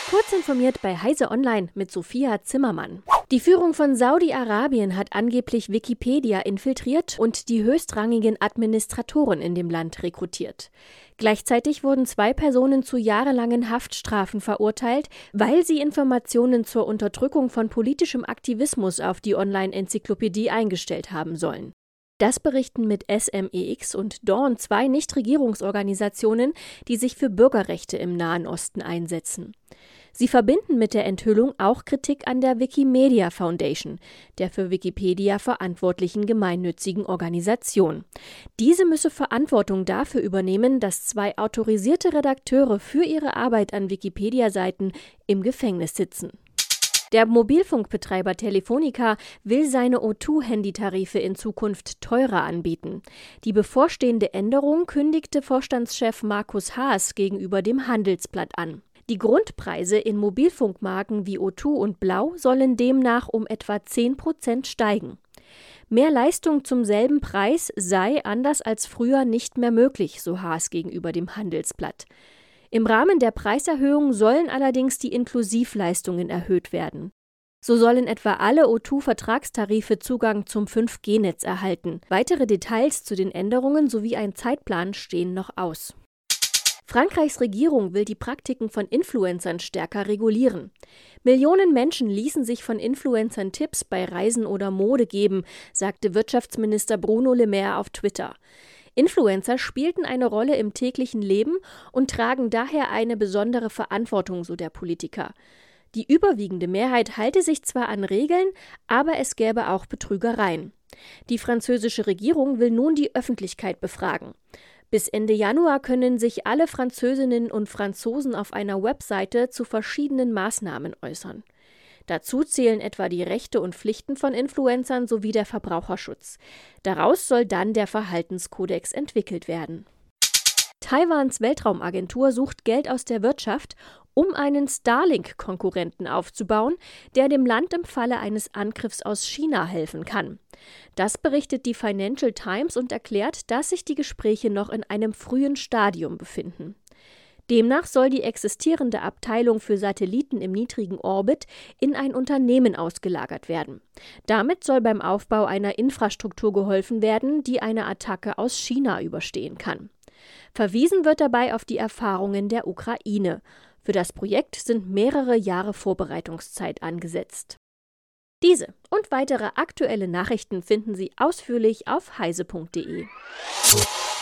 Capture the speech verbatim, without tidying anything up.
Kurz informiert bei Heise Online mit Sophia Zimmermann. Die Führung von Saudi-Arabien hat angeblich Wikipedia infiltriert und die höchstrangigen Administratoren in dem Land rekrutiert. Gleichzeitig wurden zwei Personen zu jahrelangen Haftstrafen verurteilt, weil sie Informationen zur Unterdrückung von politischem Aktivismus auf die Online-Enzyklopädie eingestellt haben sollen. Das berichten mit S M E X und Dawn zwei Nichtregierungsorganisationen, die sich für Bürgerrechte im Nahen Osten einsetzen. Sie verbinden mit der Enthüllung auch Kritik an der Wikimedia Foundation, der für Wikipedia verantwortlichen gemeinnützigen Organisation. Diese müsse Verantwortung dafür übernehmen, dass zwei autorisierte Redakteure für ihre Arbeit an Wikipedia-Seiten im Gefängnis sitzen. Der Mobilfunkbetreiber Telefonica will seine O zwei Handytarife in Zukunft teurer anbieten. Die bevorstehende Änderung kündigte Vorstandschef Markus Haas gegenüber dem Handelsblatt an. Die Grundpreise in Mobilfunkmarken wie O zwei und Blau sollen demnach um etwa zehn Prozent steigen. Mehr Leistung zum selben Preis sei anders als früher nicht mehr möglich, so Haas gegenüber dem Handelsblatt. Im Rahmen der Preiserhöhung sollen allerdings die Inklusivleistungen erhöht werden. So sollen etwa alle O zwei Vertragstarife Zugang zum fünf G Netz erhalten. Weitere Details zu den Änderungen sowie ein Zeitplan stehen noch aus. Frankreichs Regierung will die Praktiken von Influencern stärker regulieren. Millionen Menschen ließen sich von Influencern Tipps bei Reisen oder Mode geben, sagte Wirtschaftsminister Bruno Le Maire auf Twitter. Influencer spielten eine Rolle im täglichen Leben und tragen daher eine besondere Verantwortung, so der Politiker. Die überwiegende Mehrheit halte sich zwar an Regeln, aber es gäbe auch Betrügereien. Die französische Regierung will nun die Öffentlichkeit befragen. Bis Ende Januar können sich alle Französinnen und Franzosen auf einer Webseite zu verschiedenen Maßnahmen äußern. Dazu zählen etwa die Rechte und Pflichten von Influencern sowie der Verbraucherschutz. Daraus soll dann der Verhaltenskodex entwickelt werden. Taiwans Weltraumagentur sucht Geld aus der Wirtschaft, um einen Starlink-Konkurrenten aufzubauen, der dem Land im Falle eines Angriffs aus China helfen kann. Das berichtet die Financial Times und erklärt, dass sich die Gespräche noch in einem frühen Stadium befinden. Demnach soll die existierende Abteilung für Satelliten im niedrigen Orbit in ein Unternehmen ausgelagert werden. Damit soll beim Aufbau einer Infrastruktur geholfen werden, die eine Attacke aus China überstehen kann. Verwiesen wird dabei auf die Erfahrungen der Ukraine. Für das Projekt sind mehrere Jahre Vorbereitungszeit angesetzt. Diese und weitere aktuelle Nachrichten finden Sie ausführlich auf heise punkt de.